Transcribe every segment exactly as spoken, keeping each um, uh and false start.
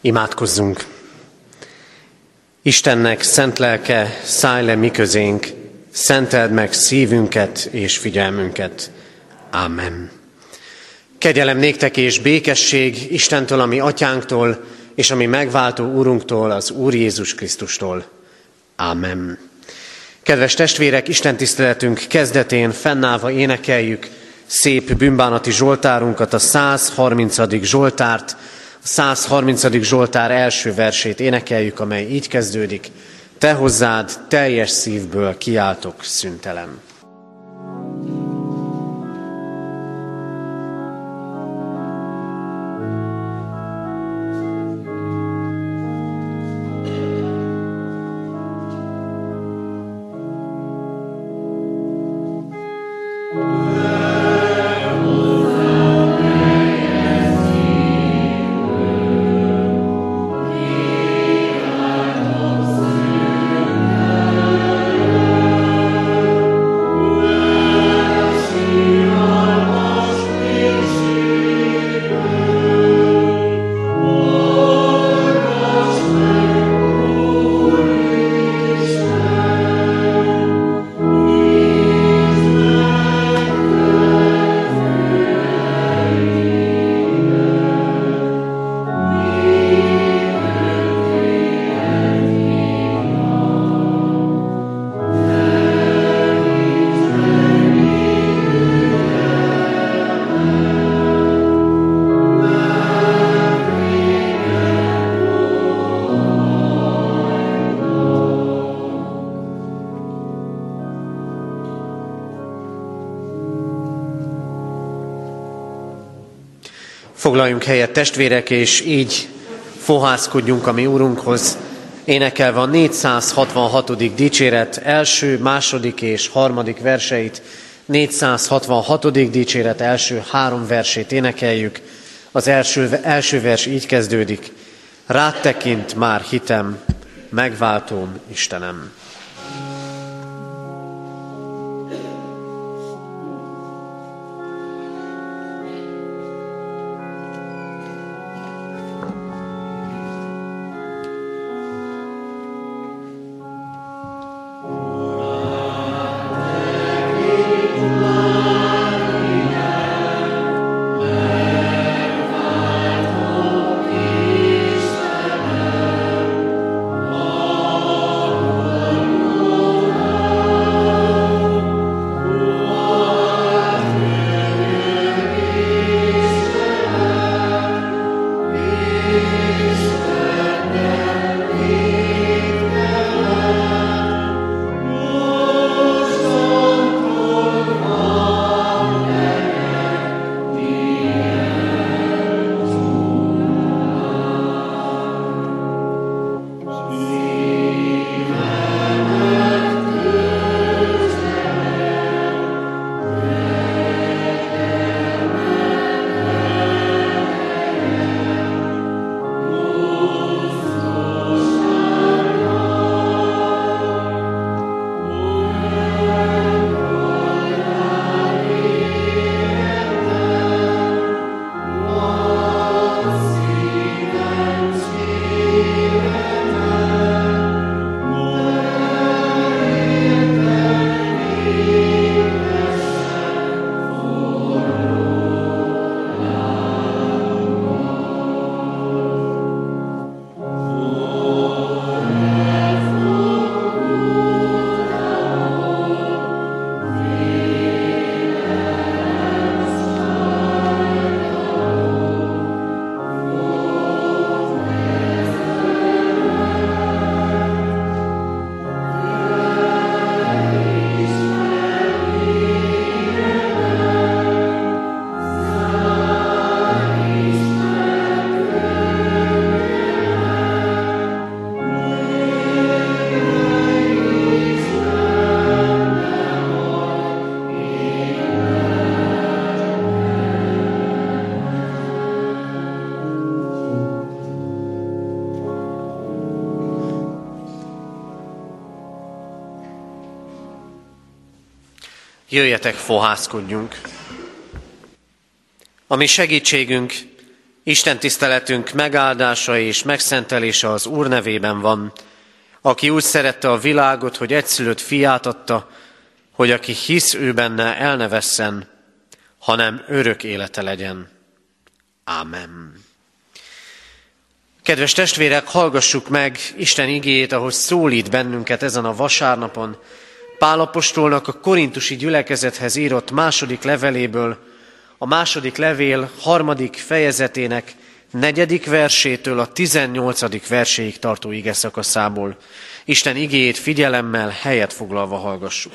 Imádkozzunk! Istennek szent lelke, szállj le mi közénk, szenteld meg szívünket és figyelmünket. Ámen. Kegyelem néktek és békesség Istentől, a mi atyánktól, és a mi megváltó Úrunktól, az Úr Jézus Krisztustól. Ámen. Kedves testvérek, Isten tiszteletünk kezdetén fennállva énekeljük szép bűnbánati zsoltárunkat, a száz harmincadik zsoltárt, a száz harmincadik zsoltár első versét énekeljük, amely így kezdődik: Te hozzád teljes szívből kiáltok szüntelen. Foglaljunk helyet, testvérek, és így fohászkodjunk a mi Úrunkhoz, énekelve a négyszázhatvanhatodik dicséret első, második és harmadik verseit. négyszázhatvanhatodik dicséret első három versét énekeljük. Az első, első vers így kezdődik: Rád tekint már hitem, megváltóm, Istenem. Jöjjetek, fohászkodjunk! A mi segítségünk Isten tiszteletünk megáldása és megszentelése az Úr nevében van, aki úgy szerette a világot, hogy egyszülött fiát adta, hogy aki hisz ő benne, el ne vesszen, hanem örök élete legyen. Ámen. Kedves testvérek, hallgassuk meg Isten igéjét, ahogy szólít bennünket ezen a vasárnapon, Pál apostolnak a korintusi gyülekezethez írott második leveléből, a második levél harmadik fejezetének negyedik versétől a tizennyolcadik verséig tartó igeszakaszából. Isten igéjét figyelemmel, helyet foglalva hallgassuk.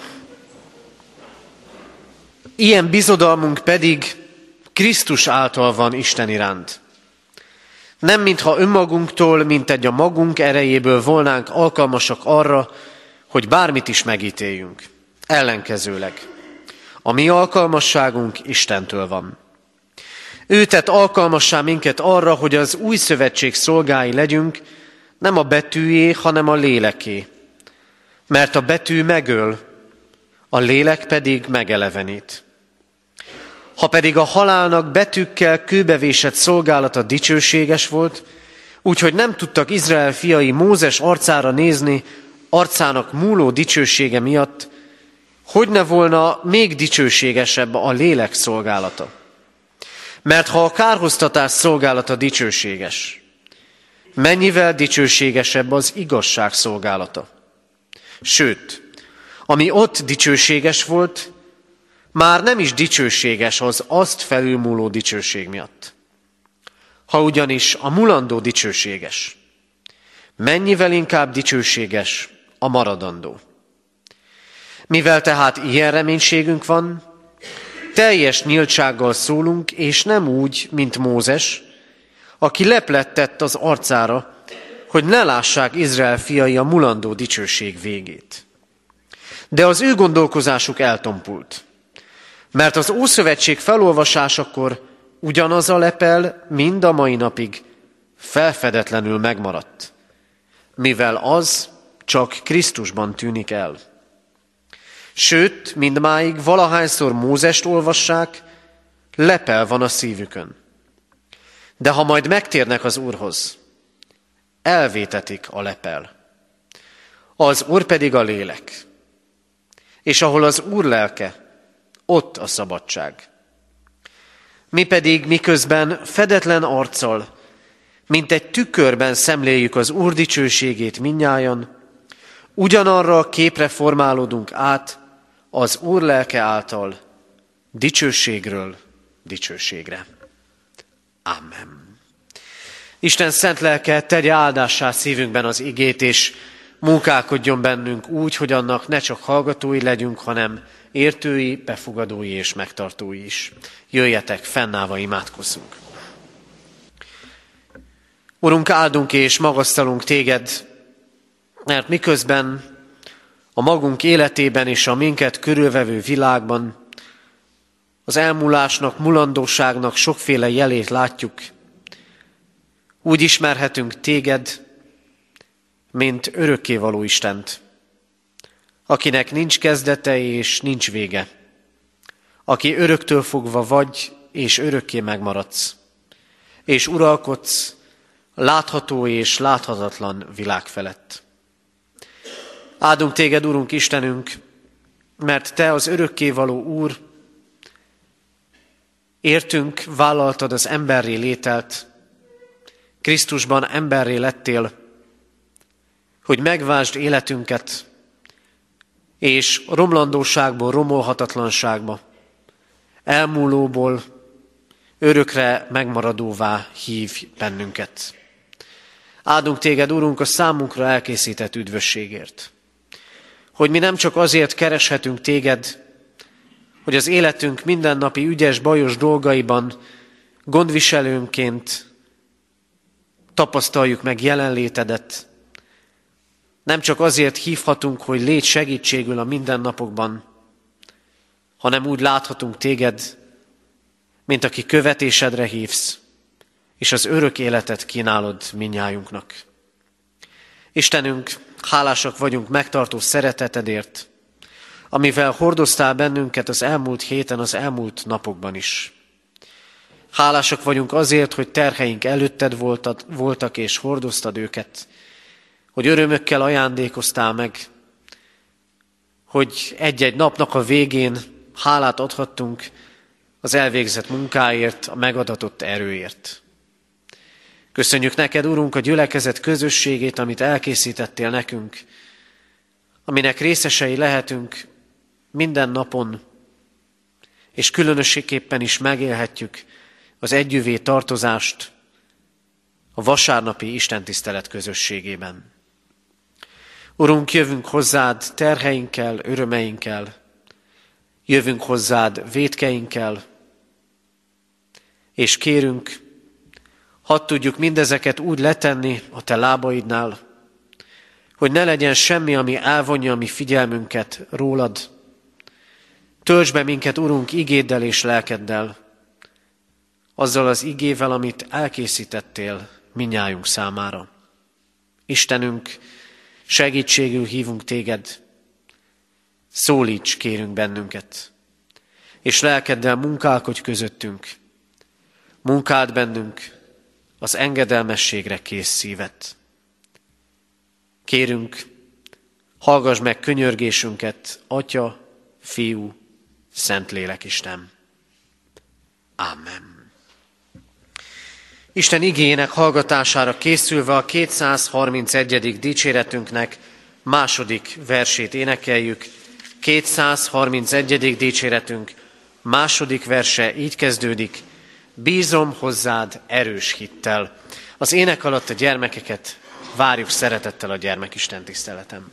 Ilyen bizodalmunk pedig Krisztus által van Isten iránt. Nem mintha önmagunktól, mint egy a magunk erejéből volnánk alkalmasak arra, hogy bármit is megítéljünk. Ellenkezőleg. A mi alkalmasságunk Istentől van. Ő tett alkalmassá minket arra, hogy az új szövetség szolgái legyünk, nem a betűjé, hanem a léleké. Mert a betű megöl, a lélek pedig megelevenít. Ha pedig a halálnak betűkkel kőbevésett szolgálata dicsőséges volt, úgyhogy nem tudtak Izrael fiai Mózes arcára nézni, arcának múló dicsősége miatt, hogy ne volna még dicsőségesebb a lélek szolgálata. Mert ha a kárhoztatás szolgálata dicsőséges, mennyivel dicsőségesebb az igazság szolgálata. Sőt, ami ott dicsőséges volt, már nem is dicsőséges az azt felülmúló dicsőség miatt. Ha ugyanis a mulandó dicsőséges, mennyivel inkább dicsőséges a maradandó. Mivel tehát ilyen reménységünk van, teljes nyíltsággal szólunk, és nem úgy, mint Mózes, aki leplet tett az arcára, hogy ne lássák Izrael fiai a mulandó dicsőség végét. De az ő gondolkozásuk eltompult, mert az Ószövetség felolvasásakor ugyanaz a lepel mind a mai napig felfedetlenül megmaradt, mivel az csak Krisztusban tűnik el. Sőt, mindmáig valahányszor Mózest olvassák, lepel van a szívükön. De ha majd megtérnek az Úrhoz, elvétetik a lepel. Az Úr pedig a lélek. És ahol az Úr lelke, ott a szabadság. Mi pedig miközben fedetlen arccal, mint egy tükörben szemléljük az Úr dicsőségét mindnyájan, ugyanarra a képre formálódunk át az Úr lelke által, dicsőségről dicsőségre. Amen. Isten szent lelke tegye áldássá szívünkben az igét, és munkálkodjon bennünk úgy, hogy annak ne csak hallgatói legyünk, hanem értői, befogadói és megtartói is. Jöjjetek, fennállva imádkozzunk. Urunk, áldunk és magasztalunk téged, mert miközben a magunk életében és a minket körülvevő világban az elmúlásnak, mulandóságnak sokféle jelét látjuk, úgy ismerhetünk téged, mint örökkévaló Istent, akinek nincs kezdete és nincs vége, aki öröktől fogva vagy, és örökké megmaradsz, és uralkodsz látható és láthatatlan világ felett. Áldunk téged, Urunk Istenünk, mert te az örökkévaló Úr, értünk vállaltad az emberré lételt, Krisztusban emberré lettél, hogy megváltsd életünket, és romlandóságból romolhatatlanságba, elmúlóból örökre megmaradóvá hívj bennünket. Áldunk téged, Urunk, a számunkra elkészített üdvösségért, hogy mi nem csak azért kereshetünk téged, hogy az életünk mindennapi ügyes, bajos dolgaiban gondviselőnként tapasztaljuk meg jelenlétedet, nem csak azért hívhatunk, hogy légy segítségül a mindennapokban, hanem úgy láthatunk téged, mint aki követésedre hívsz, és az örök életet kínálod mindnyájunknak. Istenünk, hálásak vagyunk megtartó szeretetedért, amivel hordoztál bennünket az elmúlt héten, az elmúlt napokban is. Hálásak vagyunk azért, hogy terheink előtted voltad, voltak és hordoztad őket, hogy örömökkel ajándékoztál meg, hogy egy-egy napnak a végén hálát adhattunk az elvégzett munkáért, a megadatott erőért. Köszönjük neked, Urunk, a gyülekezet közösségét, amit elkészítettél nekünk, aminek részesei lehetünk minden napon, és különösségképpen is megélhetjük az együvé tartozást a vasárnapi istentisztelet közösségében. Urunk, jövünk hozzád terheinkkel, örömeinkkel, jövünk hozzád vétkeinkkel, és kérünk, hadd tudjuk mindezeket úgy letenni a te lábaidnál, hogy ne legyen semmi, ami elvonja a mi figyelmünket rólad. Töltsd be minket, Urunk, igéddel és lelkeddel, azzal az igével, amit elkészítettél mindnyájunk számára. Istenünk, segítségül hívunk téged, szólíts, kérünk bennünket, és lelkeddel munkálkodj közöttünk, munkáld bennünk az engedelmességre kész szívet. Kérünk, hallgass meg könyörgésünket, Atya, Fiú, Szentlélek Isten. Amen. Isten igéjének hallgatására készülve a kétszázharmincegyedik dicséretünknek második versét énekeljük. kétszázharmincegyedik dicséretünk második verse így kezdődik: bízom hozzád erős hittel. Az ének alatt a gyermekeket várjuk szeretettel a gyermekisten tiszteletem.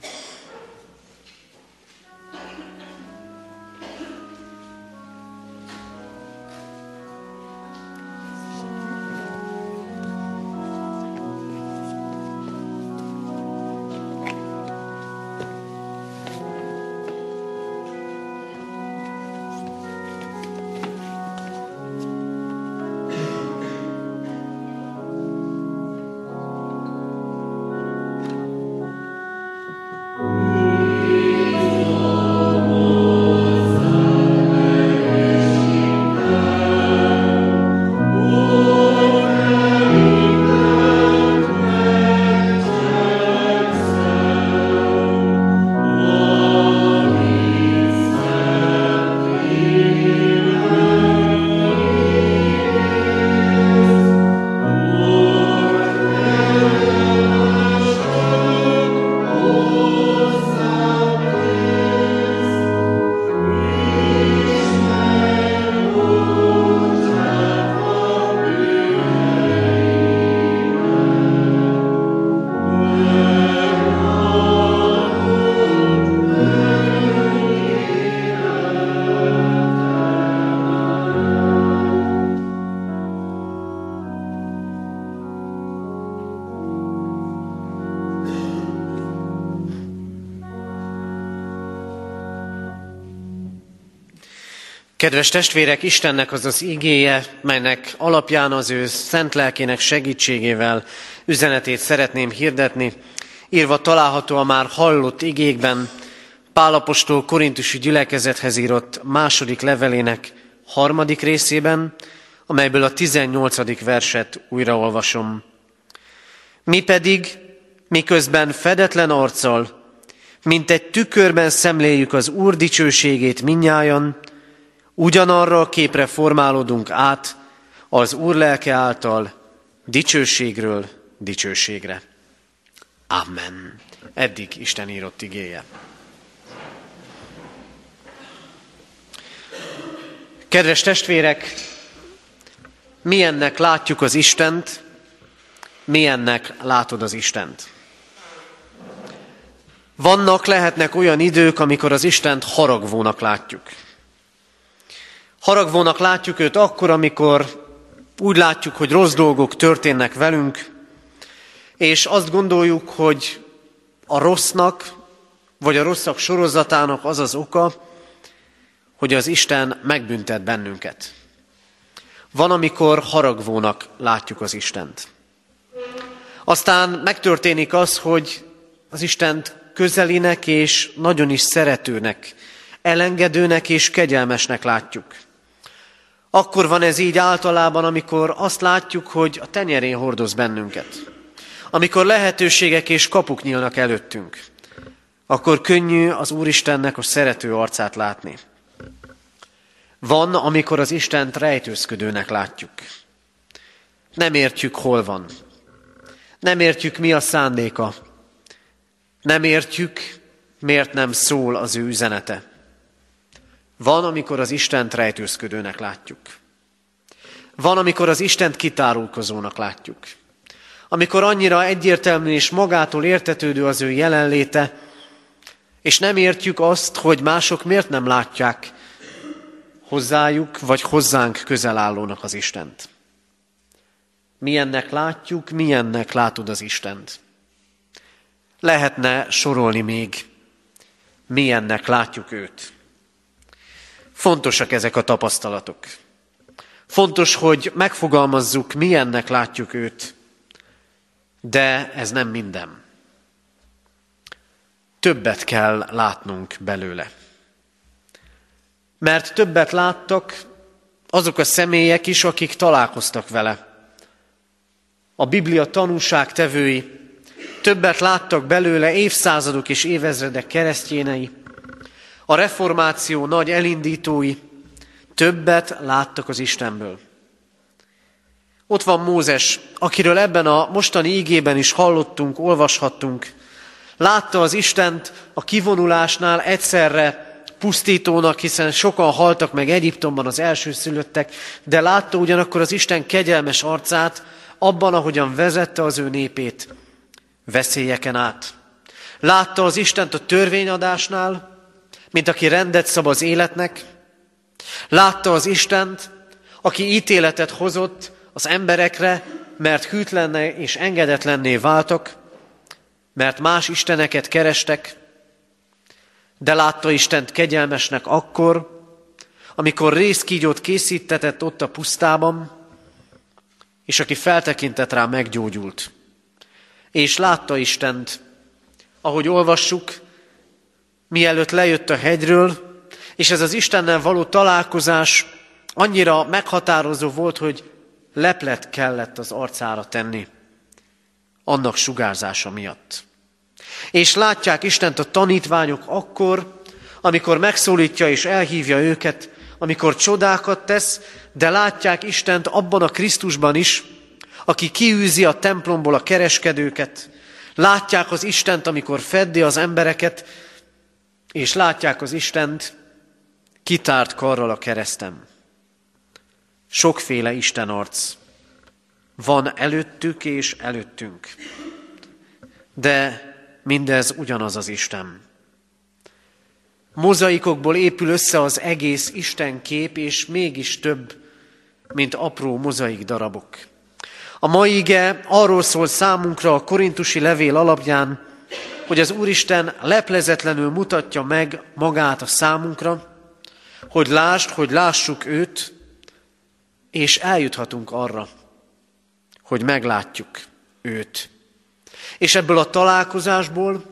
Kedves testvérek, Istennek az az igéje, melynek alapján az ő szent lelkének segítségével üzenetét szeretném hirdetni, írva található a már hallott igékben, Pál apostol korintusi gyülekezethez írott második levelének harmadik részében, amelyből a tizennyolcadik verset újraolvasom. Mi pedig, miközben fedetlen arccal, mint egy tükörben szemléljük az Úr dicsőségét mindnyájan, ugyanarra a képre formálódunk át az Úr lelke által dicsőségről dicsőségre. Amen. Eddig Isten írott igéje. Kedves testvérek, milyennek látjuk az Istent, milyennek látod az Istent? Vannak, lehetnek olyan idők, amikor az Istent haragvónak látjuk. Haragvónak látjuk őt akkor, amikor úgy látjuk, hogy rossz dolgok történnek velünk, és azt gondoljuk, hogy a rossznak, vagy a rosszak sorozatának az az oka, hogy az Isten megbüntet bennünket. Van, amikor haragvónak látjuk az Istent. Aztán megtörténik az, hogy az Istent közelinek és nagyon is szeretőnek, elengedőnek és kegyelmesnek látjuk. Akkor van ez így általában, amikor azt látjuk, hogy a tenyerén hordoz bennünket. Amikor lehetőségek és kapuk nyílnak előttünk, akkor könnyű az Úristennek a szerető arcát látni. Van, amikor az Istent rejtőzködőnek látjuk. Nem értjük, hol van. Nem értjük, mi a szándéka. Nem értjük, miért nem szól az ő üzenete. Van, amikor az Istent rejtőzködőnek látjuk. Van, amikor az Istent kitárulkozónak látjuk. Amikor annyira egyértelmű és magától értetődő az ő jelenléte, és nem értjük azt, hogy mások miért nem látják hozzájuk, vagy hozzánk közel állónak az Istent. Milyennek látjuk, milyennek látod az Istent. Lehetne sorolni még, milyennek látjuk őt. Fontosak ezek a tapasztalatok. Fontos, hogy megfogalmazzuk, milyennek látjuk őt, de ez nem minden. Többet kell látnunk belőle. Mert többet láttak azok a személyek is, akik találkoztak vele. A Biblia tanúságtevői, többet láttak belőle évszázadok és évezredek keresztjénei, a reformáció nagy elindítói, többet láttak az Istenből. Ott van Mózes, akiről ebben a mostani ígében is hallottunk, olvashattunk. Látta az Istent a kivonulásnál egyszerre pusztítónak, hiszen sokan haltak meg Egyiptomban az elsőszülöttek, de látta ugyanakkor az Isten kegyelmes arcát abban, ahogyan vezette az ő népét veszélyeken át. Látta az Istent a törvényadásnál, mint aki rendet szab az életnek. Látta az Istent, aki ítéletet hozott az emberekre, mert hűtlenné és engedetlenné váltak, mert más isteneket kerestek, de látta Istent kegyelmesnek akkor, amikor rézkígyót készítetett ott a pusztában, és aki feltekintett rá, meggyógyult. És látta Istent, ahogy olvassuk, mielőtt lejött a hegyről, és ez az Istennel való találkozás annyira meghatározó volt, hogy leplet kellett az arcára tenni, annak sugárzása miatt. És látják Istent a tanítványok akkor, amikor megszólítja és elhívja őket, amikor csodákat tesz, de látják Istent abban a Krisztusban is, aki kiűzi a templomból a kereskedőket. Látják az Istent, amikor feddi az embereket, és látják az Istent kitárt karral a kereszten. Sokféle Isten arc van előttük és előttünk, de mindez ugyanaz az Isten. Mozaikokból épül össze az egész Isten kép, és mégis több, mint apró mozaik darabok. A mai ige arról szól számunkra a korintusi levél alapján, hogy az Úristen leplezetlenül mutatja meg magát a számunkra, hogy lásd, hogy lássuk őt, és eljuthatunk arra, hogy meglátjuk őt. És ebből a találkozásból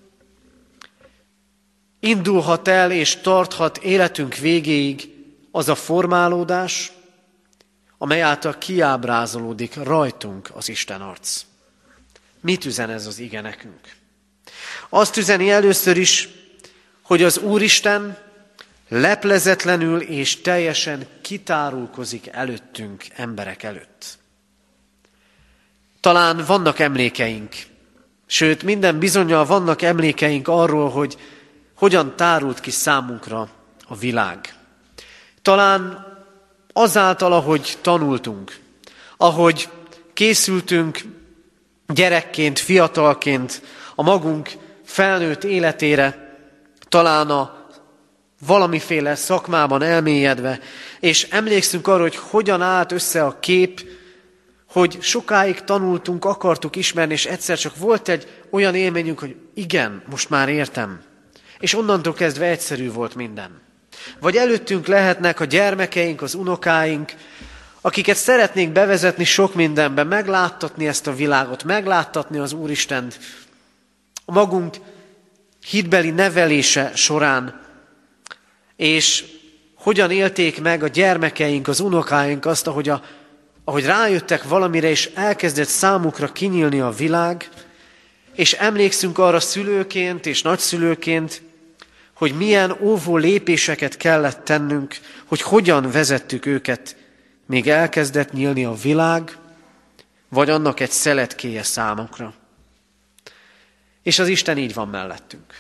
indulhat el és tarthat életünk végéig az a formálódás, amely által kiábrázolódik rajtunk az Isten arc. Mit üzen ez az ige nekünk? Azt üzeni először is, hogy az Úristen leplezetlenül és teljesen kitárulkozik előttünk, emberek előtt. Talán vannak emlékeink, sőt minden bizonnyal vannak emlékeink arról, hogy hogyan tárult ki számunkra a világ. Talán azáltal, ahogy tanultunk, ahogy készültünk gyerekként, fiatalként a magunk felnőtt életére, talán a valamiféle szakmában elmélyedve, és emlékszünk arra, hogy hogyan állt össze a kép, hogy sokáig tanultunk, akartuk ismerni, és egyszer csak volt egy olyan élményünk, hogy igen, most már értem. És onnantól kezdve egyszerű volt minden. Vagy előttünk lehetnek a gyermekeink, az unokáink, akiket szeretnénk bevezetni sok mindenben, megláttatni ezt a világot, megláttatni az Úristent a magunk hitbeli nevelése során, és hogyan élték meg a gyermekeink, az unokáink azt, ahogy, a, ahogy rájöttek valamire, és elkezdett számukra kinyílni a világ, és emlékszünk arra szülőként és nagyszülőként, hogy milyen óvó lépéseket kellett tennünk, hogy hogyan vezettük őket, még elkezdett nyílni a világ, vagy annak egy szeletkéje számukra. És az Isten így van mellettünk.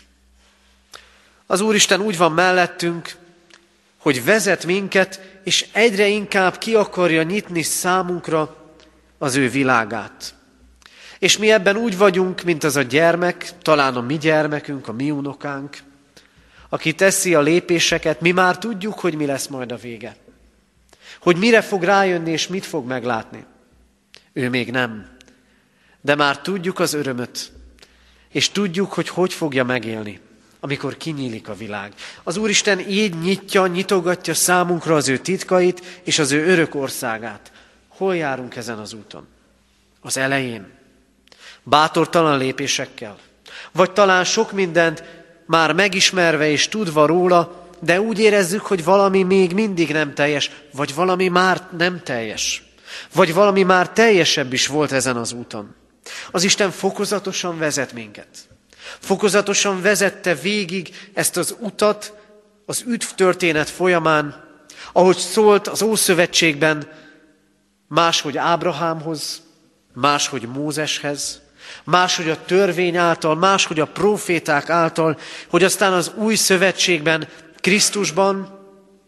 Az Úristen úgy van mellettünk, hogy vezet minket, és egyre inkább ki akarja nyitni számunkra az ő világát. És mi ebben úgy vagyunk, mint az a gyermek, talán a mi gyermekünk, a mi unokánk, aki teszi a lépéseket, mi már tudjuk, hogy mi lesz majd a vége. Hogy mire fog rájönni, és mit fog meglátni. Ő még nem. De már tudjuk az örömöt, és tudjuk, hogy hogy fogja megélni, amikor kinyílik a világ. Az Úristen így nyitja, nyitogatja számunkra az ő titkait, és az ő örök országát. Hol járunk ezen az úton? Az elején. Bátortalan lépésekkel. Vagy talán sok mindent már megismerve és tudva róla, de úgy érezzük, hogy valami még mindig nem teljes, vagy valami már nem teljes. Vagy valami már teljesebb is volt ezen az úton. Az Isten fokozatosan vezet minket. Fokozatosan vezette végig ezt az utat az üdv történet folyamán, ahogy szólt az Ószövetségben, máshogy Ábrahámhoz, máshogy Mózeshez, máshogy a törvény által, máshogy a próféták által, hogy aztán az új szövetségben, Krisztusban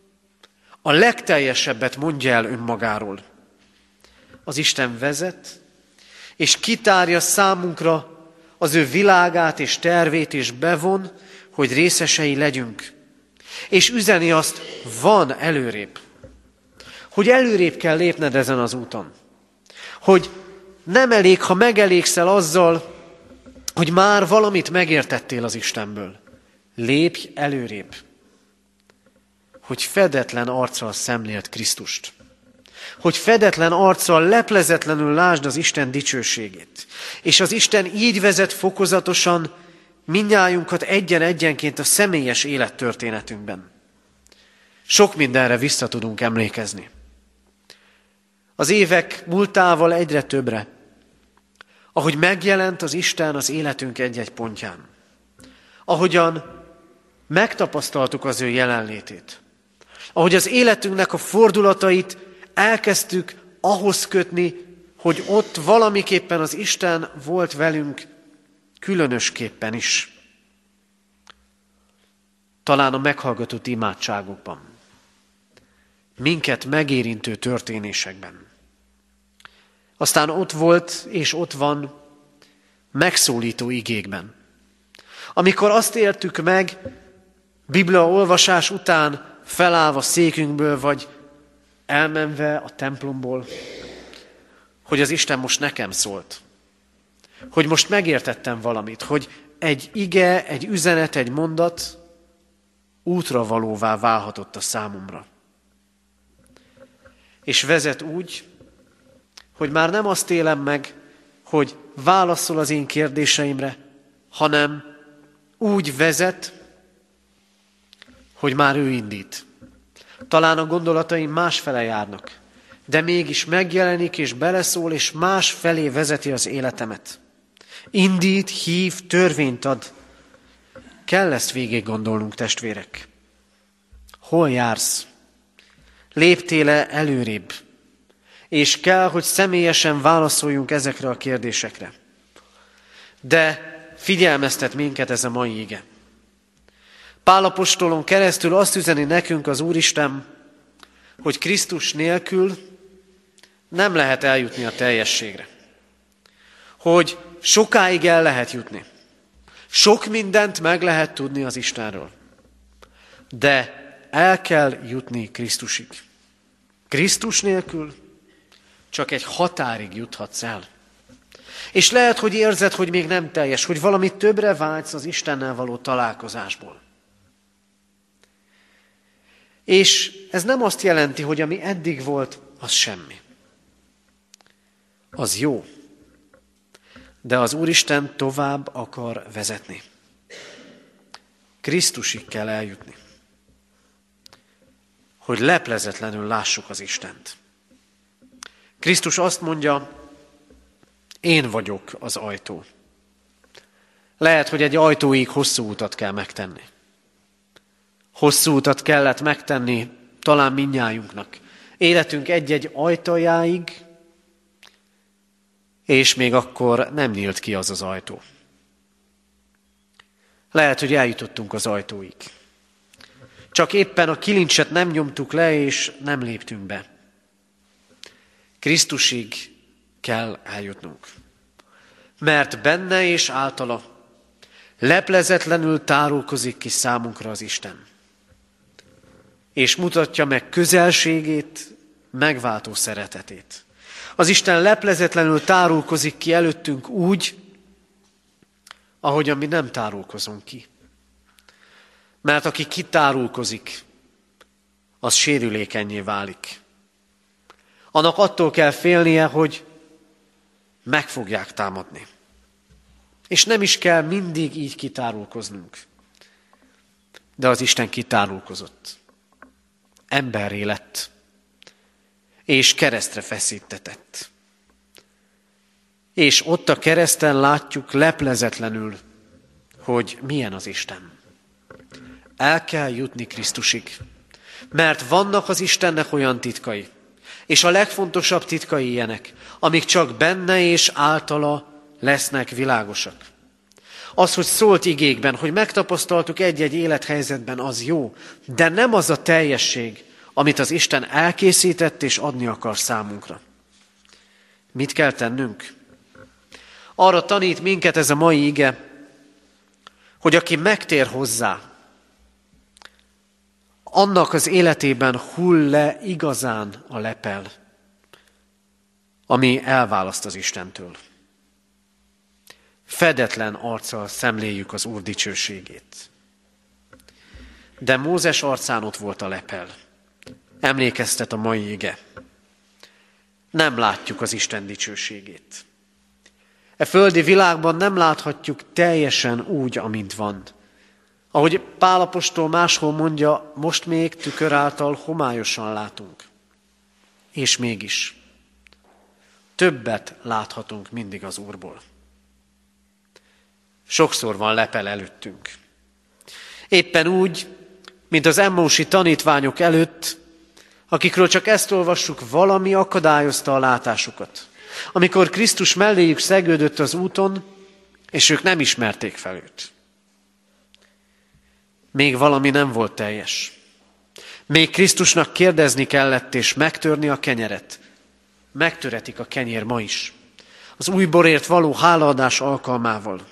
a legteljesebbet mondja el önmagáról. Az Isten vezet, és kitárja számunkra az ő világát és tervét, és bevon, hogy részesei legyünk. És üzeni azt, van előrébb. Hogy előrébb kell lépned ezen az úton. Hogy nem elég, ha megelégszel azzal, hogy már valamit megértettél az Istenből. Lépj előrébb. Hogy fedetlen arccal szemléld Krisztust. Hogy fedetlen arccal, leplezetlenül lásd az Isten dicsőségét. És az Isten így vezet fokozatosan mindnyájunkat egyen-egyenként a személyes élettörténetünkben. Sok mindenre vissza tudunk emlékezni. Az évek múltával egyre többre, ahogy megjelent az Isten az életünk egy-egy pontján. Ahogyan megtapasztaltuk az ő jelenlétét. Ahogy az életünknek a fordulatait elkezdtük ahhoz kötni, hogy ott valamiképpen az Isten volt velünk különösképpen is. Talán a meghallgatott imádságokban. Minket megérintő történésekben. Aztán ott volt és ott van megszólító igékben. Amikor azt éltük meg, Biblia olvasás után felállva székünkből, vagy elmenve a templomból, hogy az Isten most nekem szólt. Hogy most megértettem valamit, hogy egy ige, egy üzenet, egy mondat útra valóvá válhatott a számomra. És vezet úgy, hogy már nem azt élem meg, hogy válaszol az én kérdéseimre, hanem úgy vezet, hogy már ő indít. Talán a gondolataim másfele járnak, de mégis megjelenik és beleszól, és más felé vezeti az életemet. Indít, hív, törvényt ad. Kell ezt végig gondolnunk, testvérek. Hol jársz? Léptél-e előrébb? És kell, hogy személyesen válaszoljunk ezekre a kérdésekre. De figyelmeztet minket ez a mai ige. Pál apostolon keresztül azt üzeni nekünk az Úristen, hogy Krisztus nélkül nem lehet eljutni a teljességre. Hogy sokáig el lehet jutni. Sok mindent meg lehet tudni az Istenről. De el kell jutni Krisztusig. Krisztus nélkül csak egy határig juthatsz el. És lehet, hogy érzed, hogy még nem teljes, hogy valami többre vágysz az Istennel való találkozásból. És ez nem azt jelenti, hogy ami eddig volt, az semmi. Az jó. De az Úristen tovább akar vezetni. Krisztusig kell eljutni. hogy leplezetlenül lássuk az Istent. Krisztus azt mondja, én vagyok az ajtó. Lehet, hogy egy ajtóig hosszú utat kell megtenni. Hosszú utat kellett megtenni talán mindnyájunknak. Életünk egy-egy ajtajáig, és még akkor nem nyílt ki az az ajtó. Lehet, hogy eljutottunk az ajtóig. Csak éppen a kilincset nem nyomtuk le, és nem léptünk be. Krisztusig kell eljutnunk. Mert benne és általa leplezetlenül tárulkozik ki számunkra az Isten. És mutatja meg közelségét, megváltó szeretetét. Az Isten leplezetlenül tárulkozik ki előttünk úgy, ahogyan mi nem tárulkozunk ki. Mert aki kitárulkozik, az sérülékennyé válik. Annak attól kell félnie, hogy meg fogják támadni. És nem is kell mindig így kitárulkoznunk. De az Isten kitárulkozott. Emberré lett. És keresztre feszítetett. És ott a kereszten látjuk leplezetlenül, hogy milyen az Isten. El kell jutni Krisztusig. Mert vannak az Istennek olyan titkai, és a legfontosabb titkai ilyenek, amik csak benne és általa lesznek világosak. Az, hogy szólt igékben, hogy megtapasztaltuk egy-egy élethelyzetben, az jó, de nem az a teljesség, amit az Isten elkészített és adni akar számunkra. Mit kell tennünk? Arra tanít minket ez a mai ige, hogy aki megtér hozzá, annak az életében hull le igazán a lepel, ami elválaszt az Istentől. Fedetlen arccal szemléljük az Úr dicsőségét. De Mózes arcán ott volt a lepel. Emlékeztet a mai ige. Nem látjuk az Isten dicsőségét. E földi világban nem láthatjuk teljesen úgy, amint van. Ahogy Pál apostol máshol mondja, most még tükör által homályosan látunk. És mégis többet láthatunk mindig az Úrból. Sokszor van lepel előttünk. Éppen úgy, mint az emmausi tanítványok előtt, akikről csak ezt olvassuk, valami akadályozta a látásukat. Amikor Krisztus melléjük szegődött az úton, és ők nem ismerték fel őt. Még valami nem volt teljes. Még Krisztusnak kérdezni kellett, és megtörni a kenyeret. Megtöretik a kenyér ma is. Az új borért való hálaadás alkalmával.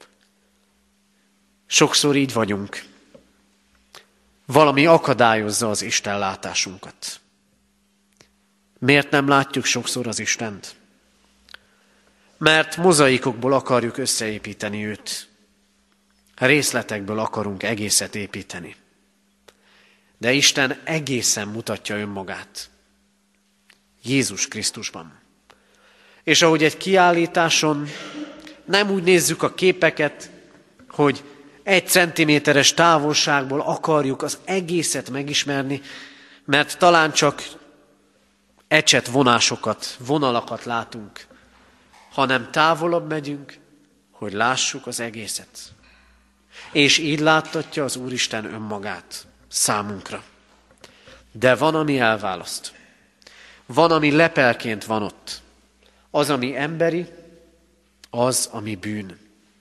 Sokszor így vagyunk. Valami akadályozza az Isten látásunkat. Miért nem látjuk sokszor az Istent? Mert mozaikokból akarjuk összeépíteni őt. Részletekből akarunk egészet építeni. De Isten egészen mutatja önmagát. Jézus Krisztusban. És ahogy egy kiállításon nem úgy nézzük a képeket, hogy egy centiméteres távolságból akarjuk az egészet megismerni, mert talán csak ecset vonásokat, vonalakat látunk, hanem távolabb megyünk, hogy lássuk az egészet. És így láttatja az Úristen önmagát számunkra. De van, ami elválaszt. Van, ami lepelként van ott. Az, ami emberi, az, ami bűn.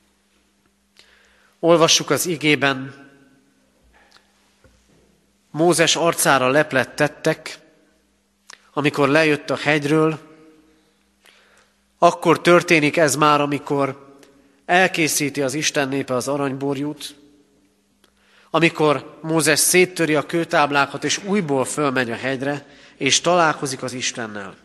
Olvassuk az igében, Mózes arcára leplet tettek, amikor lejött a hegyről, akkor történik ez már, amikor elkészíti az Isten népe az aranyborjút, amikor Mózes széttöri a kőtáblákat, és újból fölmegy a hegyre, és találkozik az Istennel.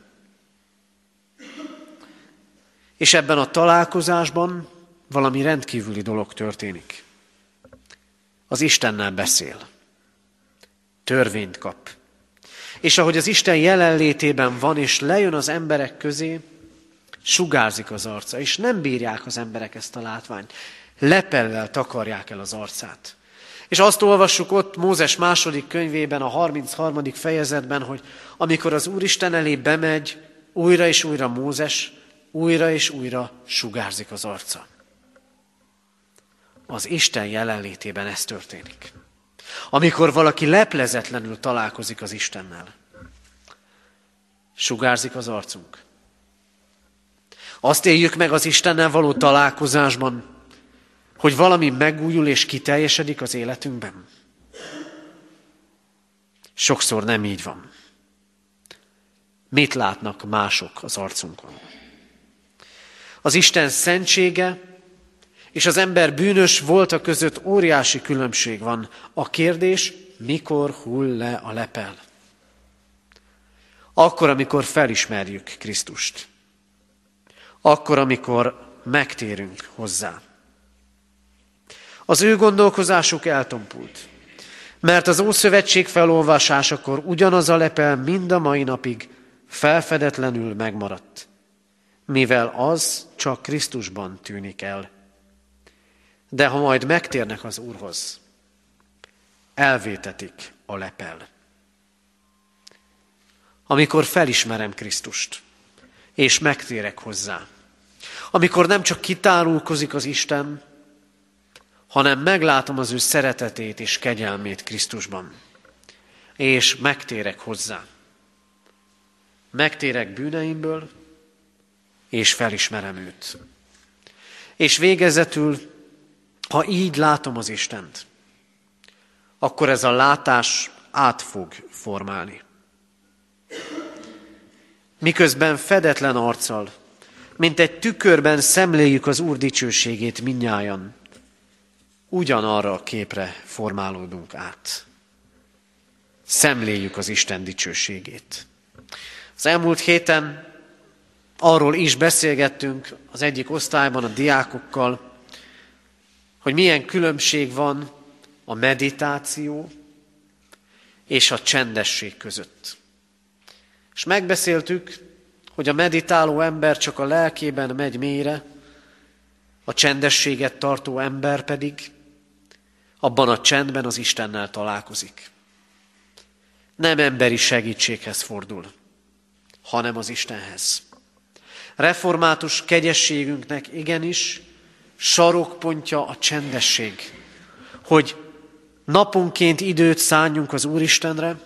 És ebben a találkozásban valami rendkívüli dolog történik. Az Istennel beszél. Törvényt kap. És ahogy az Isten jelenlétében van, és lejön az emberek közé, sugárzik az arca, és nem bírják az emberek ezt a látványt. Lepellel takarják el az arcát. És azt olvassuk ott Mózes második könyvében, a harmincharmadik fejezetben, hogy amikor az Úristen elé bemegy, újra és újra Mózes, újra és újra sugárzik az arca. Az Isten jelenlétében ez történik. Amikor valaki leplezetlenül találkozik az Istennel, sugárzik az arcunk. Azt éljük meg az Istennel való találkozásban, hogy valami megújul és kiteljesedik az életünkben. Sokszor nem így van. Mit látnak mások az arcunkon? Az Isten szentsége és az ember bűnös volta között óriási különbség van. A kérdés, mikor hull le a lepel? Akkor, amikor felismerjük Krisztust. Akkor, amikor megtérünk hozzá. Az ő gondolkozásuk eltompult, mert az Ószövetség felolvasásakor ugyanaz a lepel mind a mai napig felfedetlenül megmaradt, mivel az csak Krisztusban tűnik el. De ha majd megtérnek az Úrhoz, elvétetik a lepel. Amikor felismerem Krisztust, és megtérek hozzá, amikor nem csak kitárulkozik az Isten, hanem meglátom az ő szeretetét és kegyelmét Krisztusban, és megtérek hozzá. Megtérek bűneimből, és felismerem őt. És végezetül, ha így látom az Istent, akkor ez a látás át fog formálni. Miközben fedetlen arccal, mint egy tükörben szemléljük az Úr dicsőségét mindnyájan, ugyanarra a képre formálódunk át. Szemléljük az Isten dicsőségét. Az elmúlt héten arról is beszélgettünk az egyik osztályban a diákokkal, hogy milyen különbség van a meditáció és a csendesség között. És megbeszéltük, hogy a meditáló ember csak a lelkében megy mélyre, a csendességet tartó ember pedig abban a csendben az Istennel találkozik. Nem emberi segítséghez fordul, hanem az Istenhez. Református kegyességünknek igenis sarokpontja a csendesség, hogy naponként időt szánjunk az Úristenre,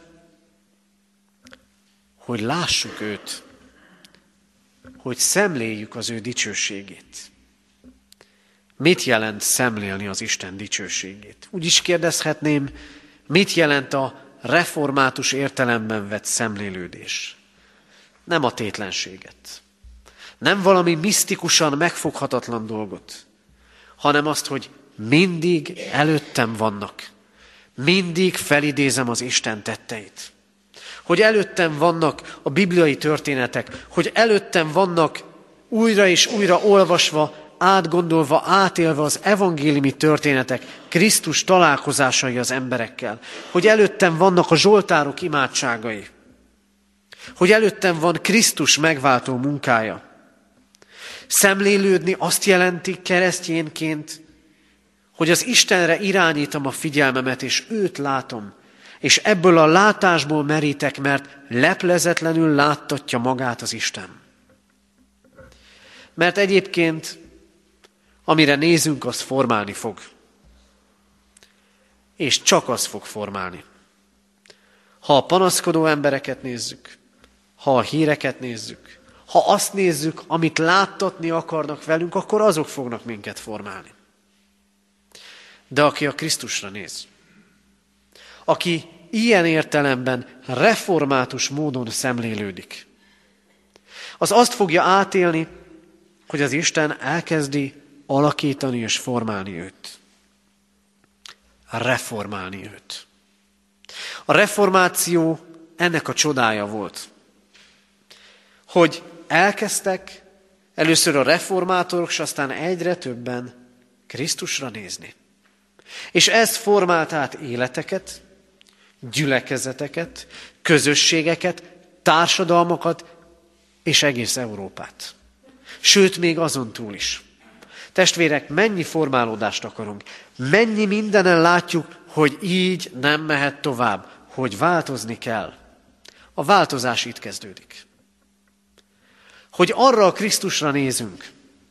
hogy lássuk őt, hogy szemléljük az ő dicsőségét. Mit jelent szemlélni az Isten dicsőségét? Úgy is kérdezhetném, mit jelent a református értelemben vett szemlélődés? Nem a tétlenséget, nem valami misztikusan megfoghatatlan dolgot, hanem azt, hogy mindig előttem vannak, mindig felidézem az Isten tetteit. Hogy előttem vannak a bibliai történetek, hogy előttem vannak újra és újra olvasva, átgondolva, átélve az evangéliumi történetek, Krisztus találkozásai az emberekkel. Hogy előttem vannak a zsoltárok imádságai. Hogy előttem van Krisztus megváltó munkája. Szemlélődni azt jelenti keresztjénként, hogy az Istenre irányítom a figyelmemet, és őt látom, és ebből a látásból merítek, mert leplezetlenül láttatja magát az Isten. Mert egyébként, amire nézünk, az formálni fog. És csak az fog formálni. Ha a panaszkodó embereket nézzük, ha a híreket nézzük, ha azt nézzük, amit láttatni akarnak velünk, akkor azok fognak minket formálni. De aki a Krisztusra néz, aki ilyen értelemben református módon szemlélődik, az azt fogja átélni, hogy az Isten elkezdi alakítani és formálni őt. Reformálni őt. A reformáció ennek a csodája volt, hogy elkezdtek először a reformátorok, és aztán egyre többen Krisztusra nézni. És ez formált át életeket, gyülekezeteket, közösségeket, társadalmakat és egész Európát. Sőt, még azon túl is. Testvérek, mennyi formálódást akarunk, mennyi mindenen látjuk, hogy így nem mehet tovább, hogy változni kell. A változás itt kezdődik. Hogy arra a Krisztusra nézünk,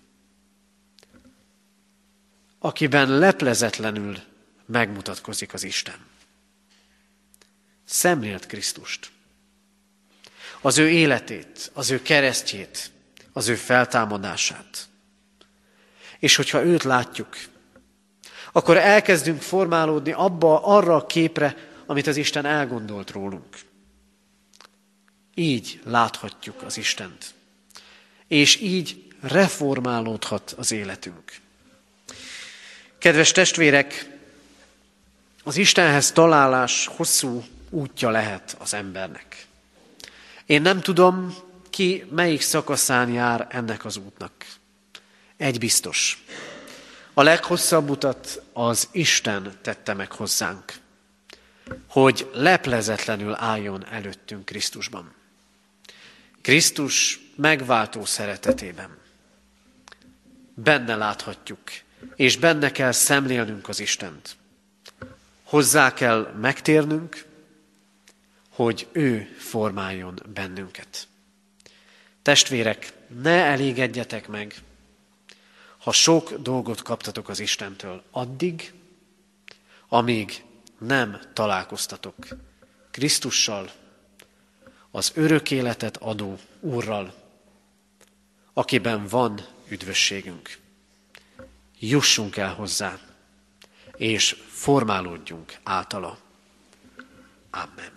akiben leplezetlenül megmutatkozik az Isten. Szemlélt Krisztust. Az ő életét, az ő keresztjét, az ő feltámadását. És hogyha őt látjuk, akkor elkezdünk formálódni abba, arra a képre, amit az Isten elgondolt rólunk. Így láthatjuk az Istent. És így reformálódhat az életünk. Kedves testvérek, az Istenhez találás hosszú útja lehet az embernek. Én nem tudom, ki melyik szakaszán jár ennek az útnak. Egy biztos. A leghosszabb utat az Isten tette meg hozzánk, hogy leplezetlenül álljon előttünk Krisztusban. Krisztus megváltó szeretetében. Benne láthatjuk, és benne kell szemlélnünk az Istent. Hozzá kell megtérnünk, hogy ő formáljon bennünket. Testvérek, ne elégedjetek meg, ha sok dolgot kaptatok az Istentől, addig, amíg nem találkoztatok Krisztussal, az örök életet adó Úrral, akiben van üdvösségünk. Jussunk el hozzá, és formálódjunk általa. Amen.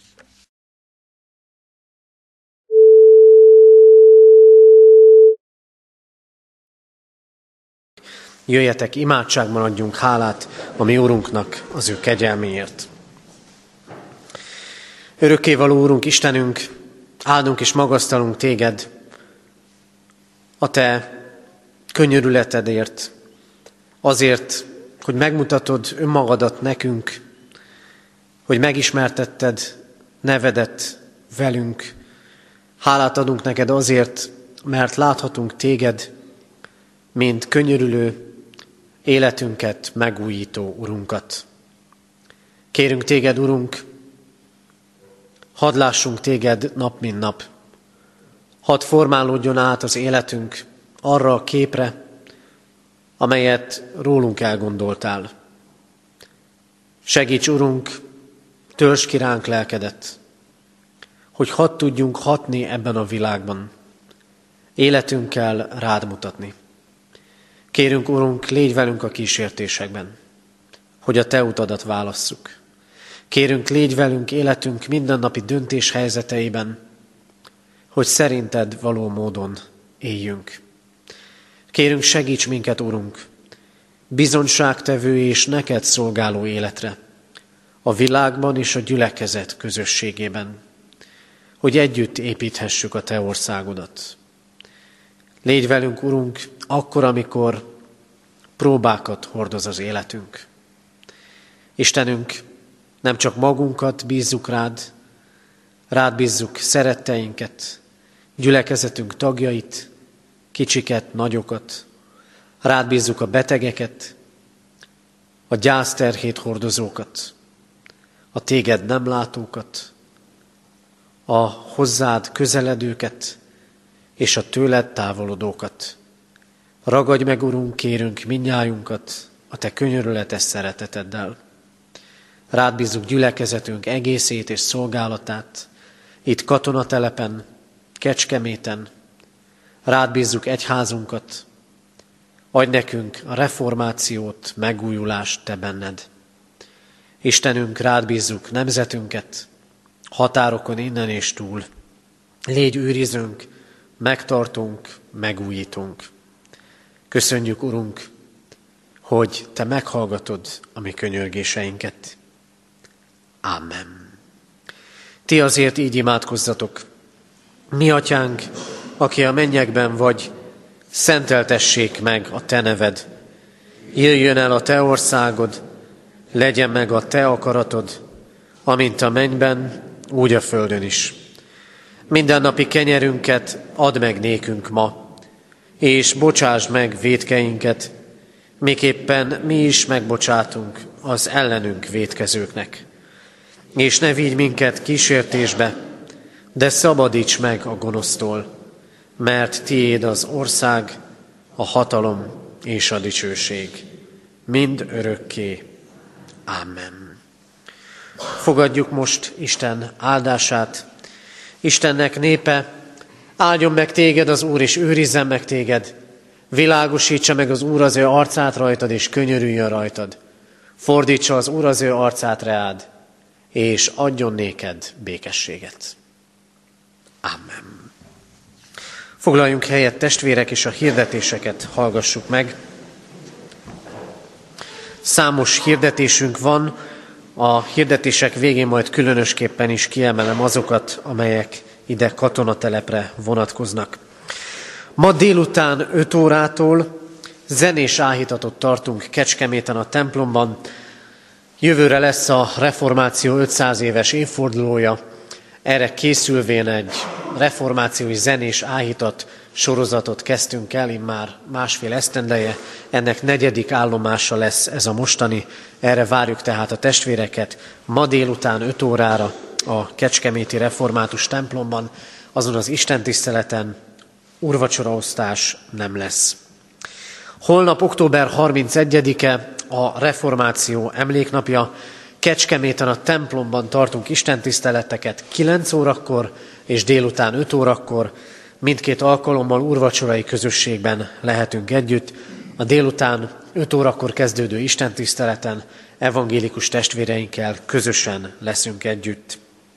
Jöjjetek, imádságban adjunk hálát a mi Úrunknak az ő kegyelméért. Örökkévaló Úrunk, Istenünk, áldunk és magasztalunk téged a te könyörületedért, azért, hogy megmutatod önmagadat nekünk, hogy megismertetted nevedet velünk. Hálát adunk neked azért, mert láthatunk téged, mint könyörülő, életünket megújító Urunkat. Kérünk téged, Urunk, hadd lássunk téged nap mint nap. Hadd formálódjon át az életünk arra a képre, amelyet rólunk elgondoltál. Segíts, Urunk, törzs ki ránk lelkedet, hogy hadd tudjunk hatni ebben a világban, életünkkel rád mutatni. Kérünk, Urunk, légy velünk a kísértésekben, hogy a te utadat válasszuk. Kérünk, légy velünk életünk mindennapi döntéshelyzeteiben, hogy szerinted való módon éljünk. Kérünk, segíts minket, Urunk, bizonyságtevő és neked szolgáló életre, a világban és a gyülekezet közösségében, hogy együtt építhessük a te országodat. Légy velünk, Urunk, akkor, amikor próbákat hordoz az életünk. Istenünk, nem csak magunkat bízzuk rád, rád bízzuk szeretteinket, gyülekezetünk tagjait, kicsiket, nagyokat, rád bízzuk a betegeket, a gyászterhét hordozókat, a téged nem látókat, a hozzád közeledőket és a tőled távolodókat. Ragadj meg, Urunk, kérünk mindnyájunkat a te könyörületes szereteteddel. Rád bízzuk gyülekezetünk egészét és szolgálatát, itt katonatelepen, Kecskeméten. Rád bízzuk egyházunkat, adj nekünk a reformációt, megújulást te benned. Istenünk, rád bízzuk nemzetünket, határokon innen és túl. Légy őrizőnk, megtartunk, megújítunk. Köszönjük, Urunk, hogy te meghallgatod a mi könyörgéseinket. Amen. Ti azért így imádkozzatok. Mi atyánk, aki a mennyekben vagy, szenteltessék meg a te neved. Jöjjön el a te országod, legyen meg a te akaratod, amint a mennyben, úgy a földön is. Mindennapi kenyerünket add meg nékünk ma, és bocsásd meg vétkeinket, miképpen mi is megbocsátunk az ellenünk vétkezőknek. És ne vigy minket kísértésbe, de szabadíts meg a gonosztól, mert tiéd az ország, a hatalom és a dicsőség, mind örökké. Amen. Fogadjuk most Isten áldását. Istennek népe, áldjon meg téged az Úr, és őrizzen meg téged. Világosítsa meg az Úr az ő arcát rajtad, és könyörüljön rajtad. Fordítsa az Úr az ő arcát reád, és adjon néked békességet. Amen. Foglaljunk helyet, testvérek, és a hirdetéseket hallgassuk meg. Számos hirdetésünk van, a hirdetések végén majd különösképpen is kiemelem azokat, amelyek ide katonatelepre vonatkoznak. Ma délután öt órától zenés áhítatot tartunk Kecskeméten a templomban. Jövőre lesz a reformáció ötszáz éves évfordulója. Erre készülvén egy reformációi zenés áhítat sorozatot kezdtünk el, immár másfél esztendeje. Ennek negyedik állomása lesz ez a mostani. Erre várjuk tehát a testvéreket ma délután öt órára a Kecskeméti Református templomban. Azon az istentiszteleten úrvacsoraosztás nem lesz. Holnap október harmincegyedike a Reformáció emléknapja. Kecskeméten a templomban tartunk istentiszteleteket kilenc órakor és délután öt órakor. Mindkét alkalommal úrvacsorai közösségben lehetünk együtt. A délután öt órakor kezdődő istentiszteleten evangélikus testvéreinkkel közösen leszünk együtt.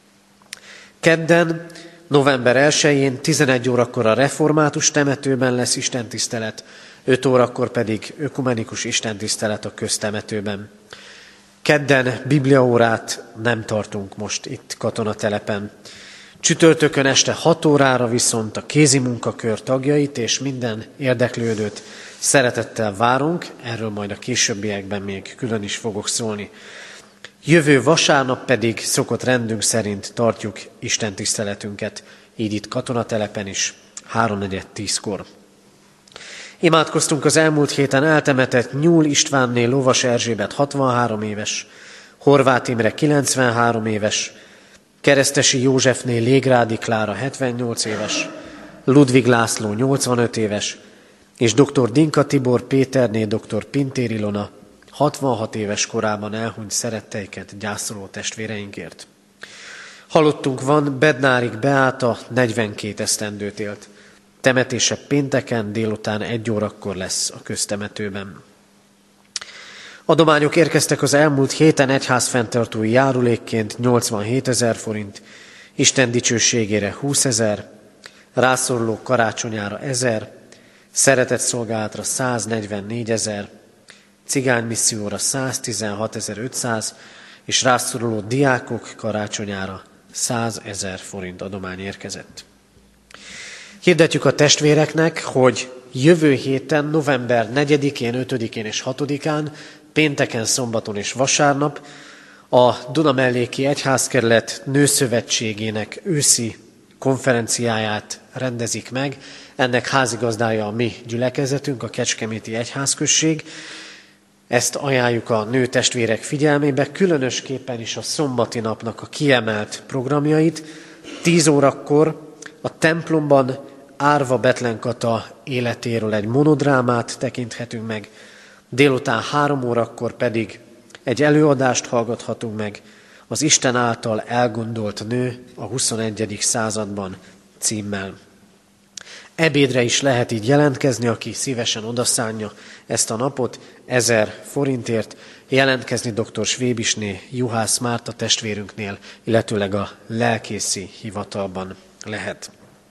Kedden, november elsején tizenegy órakor a református temetőben lesz istentisztelet, öt órakor pedig ökumenikus istentisztelet a köztemetőben. Kedden bibliaórát nem tartunk most itt katonatelepen. Csütörtökön este hat órára viszont a kézi munkakör tagjait és minden érdeklődőt szeretettel várunk, erről majd a későbbiekben még külön is fogok szólni. Jövő vasárnap pedig szokott rendünk szerint tartjuk istentiszteletünket, így itt katonatelepen is, háromnegyed tízkor. Imádkoztunk az elmúlt héten eltemetett Nyúl Istvánné Lovas Erzsébet hatvanhárom éves, Horváth Imre kilencvenhárom éves, Keresztesi Józsefné Légrádi Klára hetvennyolc éves, Ludvig László nyolcvanöt éves, és dr. Dinka Tibor Péterné dr. Pintér Ilona hatvanhat éves korában elhunyt szeretteiket gyászoló testvéreinkért. Halottunk van, Bednárik Beáta negyvenkét esztendőt élt. Temetése pénteken délután egy órakor lesz a köztemetőben. Adományok érkeztek az elmúlt héten egyházfenntartói járulékként nyolcvanhétezer forint, Isten dicsőségére húszezer, rászorulók karácsonyára ezer, szeretetszolgálatra száznegyvennégyezer, cigánymisszióra száztizenhatezer-ötszáz, és rászoruló diákok karácsonyára százezer forint adomány érkezett. Hirdetjük a testvéreknek, hogy jövő héten, november negyedikén, ötödikén és hatodikán, pénteken, szombaton és vasárnap a Dunamelléki Egyházkerület Nőszövetségének őszi konferenciáját rendezik meg. Ennek házigazdája a mi gyülekezetünk, a Kecskeméti Egyházközség. Ezt ajánljuk a nő testvérek figyelmébe, különösképpen is a szombati napnak a kiemelt programjait. Tíz órakor a templomban Árva Betlenkata életéről egy monodrámát tekinthetünk meg, délután három órakor pedig egy előadást hallgathatunk meg, az Isten által elgondolt nő a huszonegyedik században címmel. Ebédre is lehet így jelentkezni, aki szívesen odaszánja ezt a napot, ezer forintért jelentkezni dr. Svébisné, Juhász Márta testvérünknél, illetőleg a lelkészi hivatalban lehet.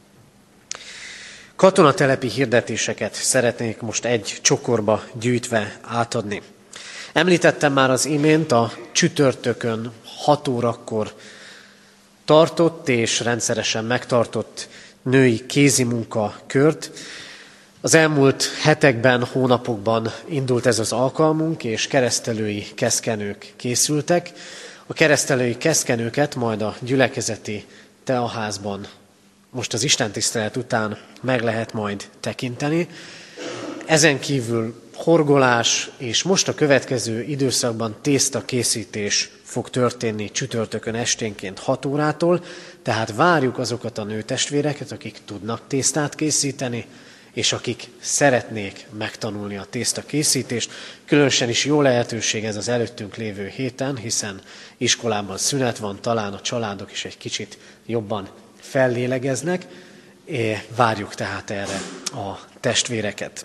Katonatelepi hirdetéseket szeretnék most egy csokorba gyűjtve átadni. Említettem már az imént a csütörtökön hat órakor tartott és rendszeresen megtartott női kézimunka kört. Az elmúlt hetekben, hónapokban indult ez az alkalmunk, és keresztelői keszkenők készültek. A keresztelői keszkenőket majd a gyülekezeti teaházban most az istentisztelet után meg lehet majd tekinteni. Ezen kívül horgolás, és most a következő időszakban tésztakészítés fog történni csütörtökön esténként hat órától, tehát várjuk azokat a nőtestvéreket, akik tudnak tésztát készíteni, és akik szeretnék megtanulni a tésztakészítést. Különösen is jó lehetőség ez az előttünk lévő héten, hiszen iskolában szünet van, talán a családok is egy kicsit jobban fellélegeznek. Várjuk tehát erre a testvéreket.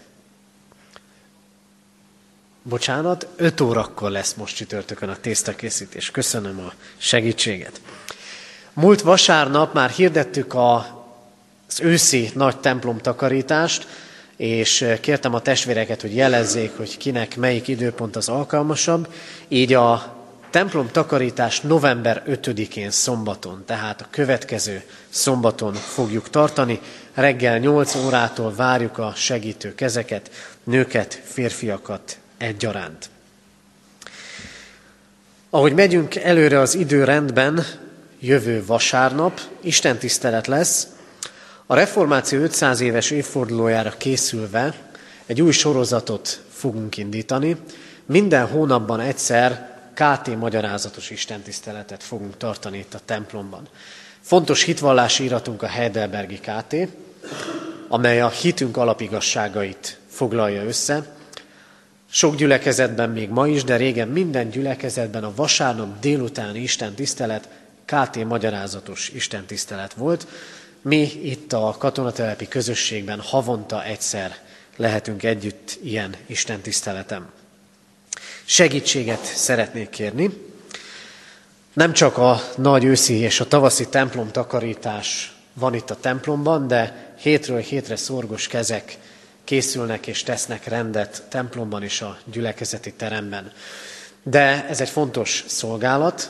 Bocsánat, öt órakor lesz most csütörtökön a tésztakészítés. Köszönöm a segítséget. Múlt vasárnap már hirdettük a az őszi nagy templomtakarítást, és kértem a testvéreket, hogy jelezzék, hogy kinek melyik időpont az alkalmasabb. Így a templomtakarítás november ötödikén szombaton, tehát a következő szombaton fogjuk tartani. Reggel nyolc órától várjuk a segítő kezeket, nőket, férfiakat egyaránt. Ahogy megyünk előre az időrendben, jövő vasárnap istentisztelet lesz. A reformáció ötszáz éves évfordulójára készülve egy új sorozatot fogunk indítani. Minden hónapban egyszer ká té magyarázatos istentiszteletet fogunk tartani itt a templomban. Fontos hitvallási iratunk a Heidelbergi ká té, amely a hitünk alapigazságait foglalja össze. Sok gyülekezetben még ma is, de régen minden gyülekezetben a vasárnap délutáni istentisztelet ká té magyarázatos istentisztelet volt. Mi itt a katonatelepi közösségben havonta egyszer lehetünk együtt ilyen istentiszteleten. Segítséget szeretnék kérni. Nem csak a nagy őszi és a tavaszi templomtakarítás van itt a templomban, de hétről hétre szorgos kezek készülnek és tesznek rendet templomban és a gyülekezeti teremben. De ez egy fontos szolgálat.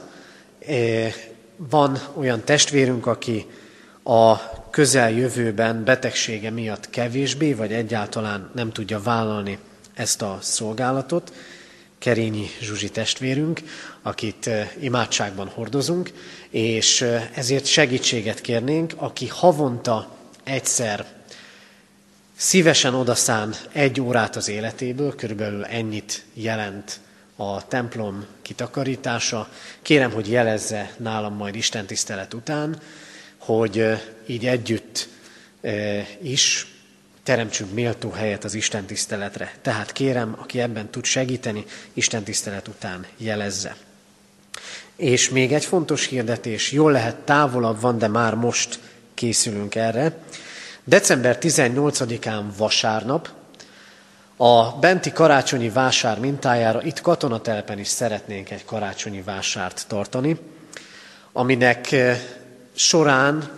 Van olyan testvérünk, aki a közeljövőben betegsége miatt kevésbé, vagy egyáltalán nem tudja vállalni ezt a szolgálatot. Kerényi Zsuzsi testvérünk, akit imádságban hordozunk, és ezért segítséget kérnénk, aki havonta egyszer szívesen odaszán egy órát az életéből, körülbelül ennyit jelent a templom kitakarítása. Kérem, hogy jelezze nálam majd istentisztelet után, hogy így együtt is teremtsünk méltó helyet az istentiszteletre. Tehát kérem, aki ebben tud segíteni, istentisztelet után jelezze. És még egy fontos hirdetés, jól lehet távolabb van, de már most készülünk erre. december tizennyolcadikán vasárnap a benti karácsonyi vásár mintájára itt katonatelepen is szeretnénk egy karácsonyi vásárt tartani, aminek során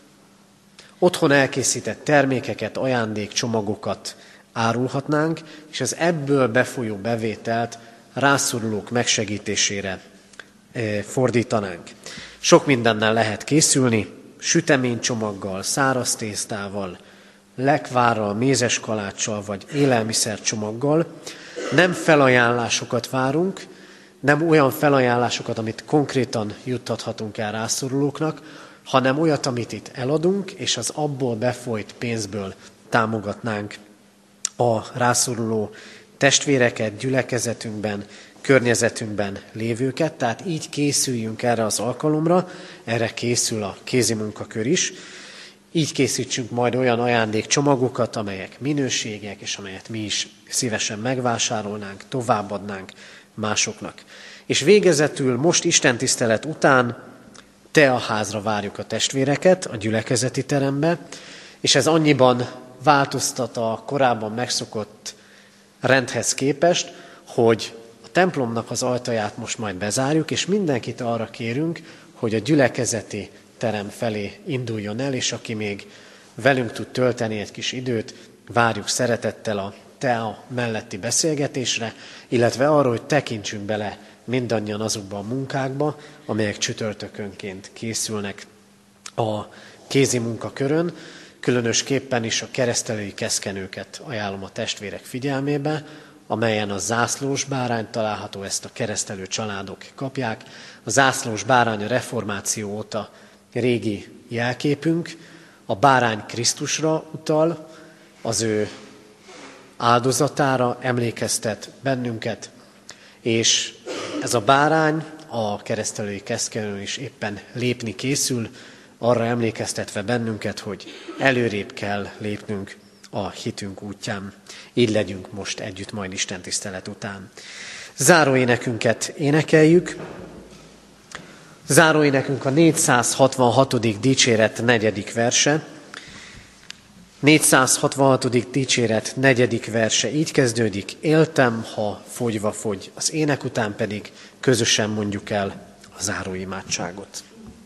otthon elkészített termékeket, ajándékcsomagokat árulhatnánk, és az ebből befolyó bevételt rászorulók megsegítésére fordítanánk. Sok mindennel lehet készülni, süteménycsomaggal, száraz tésztával, lekvárral, mézeskaláccsal vagy élelmiszercsomaggal. Nem felajánlásokat várunk, nem olyan felajánlásokat, amit konkrétan juttathatunk el rászorulóknak, hanem olyat, amit itt eladunk, és az abból befolyt pénzből támogatnánk a rászoruló testvéreket, gyülekezetünkben, környezetünkben lévőket. Tehát így készüljünk erre az alkalomra, erre készül a kézimunkakör is. Így készítsünk majd olyan ajándékcsomagokat, amelyek minőségek, és amelyet mi is szívesen megvásárolnánk, továbbadnánk másoknak. És végezetül most istentisztelet után te a házra várjuk a testvéreket, a gyülekezeti terembe, és ez annyiban változtat a korábban megszokott rendhez képest, hogy a templomnak az ajtaját most majd bezárjuk, és mindenkit arra kérünk, hogy a gyülekezeti terem felé induljon el, és aki még velünk tud tölteni egy kis időt, várjuk szeretettel a tea melletti beszélgetésre, illetve arra, hogy tekintsünk bele mindannyian azokba a munkákba, amelyek csütörtökönként készülnek a kézi munkakörön. Különösképpen is a keresztelői keszkenőket ajánlom a testvérek figyelmébe, amelyen a zászlós bárány található, ezt a keresztelő családok kapják. A zászlós bárány a reformáció óta régi jelképünk, A bárány Krisztusra utal, az ő áldozatára emlékeztet bennünket, és ez a bárány a keresztelői keszkenőn is éppen lépni készül, arra emlékeztetve bennünket, hogy előrébb kell lépnünk a hitünk útján. Így legyünk most együtt majd Isten tisztelet után. Záróénekünket énekeljük. Záróénekünk a négyszázhatvanhatodik dicséret negyedik verse. négyszázhatvanhatodik dicséret negyedik verse így kezdődik: éltem, ha fogyva fogy. Az ének után pedig közösen mondjuk el a záróimádságot.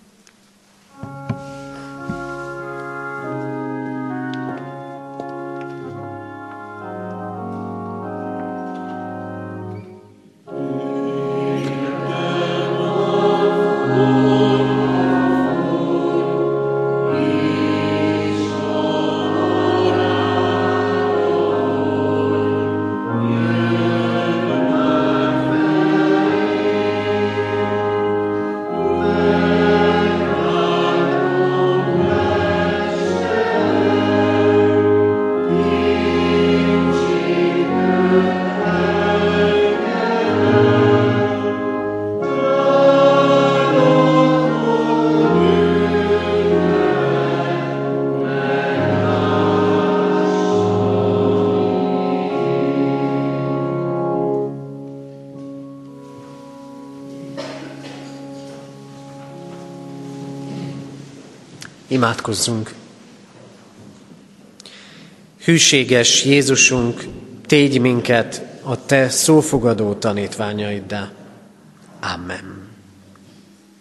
Imádkozzunk! Hűséges Jézusunk, tégy minket a Te szófogadó tanítványaiddá. Amen.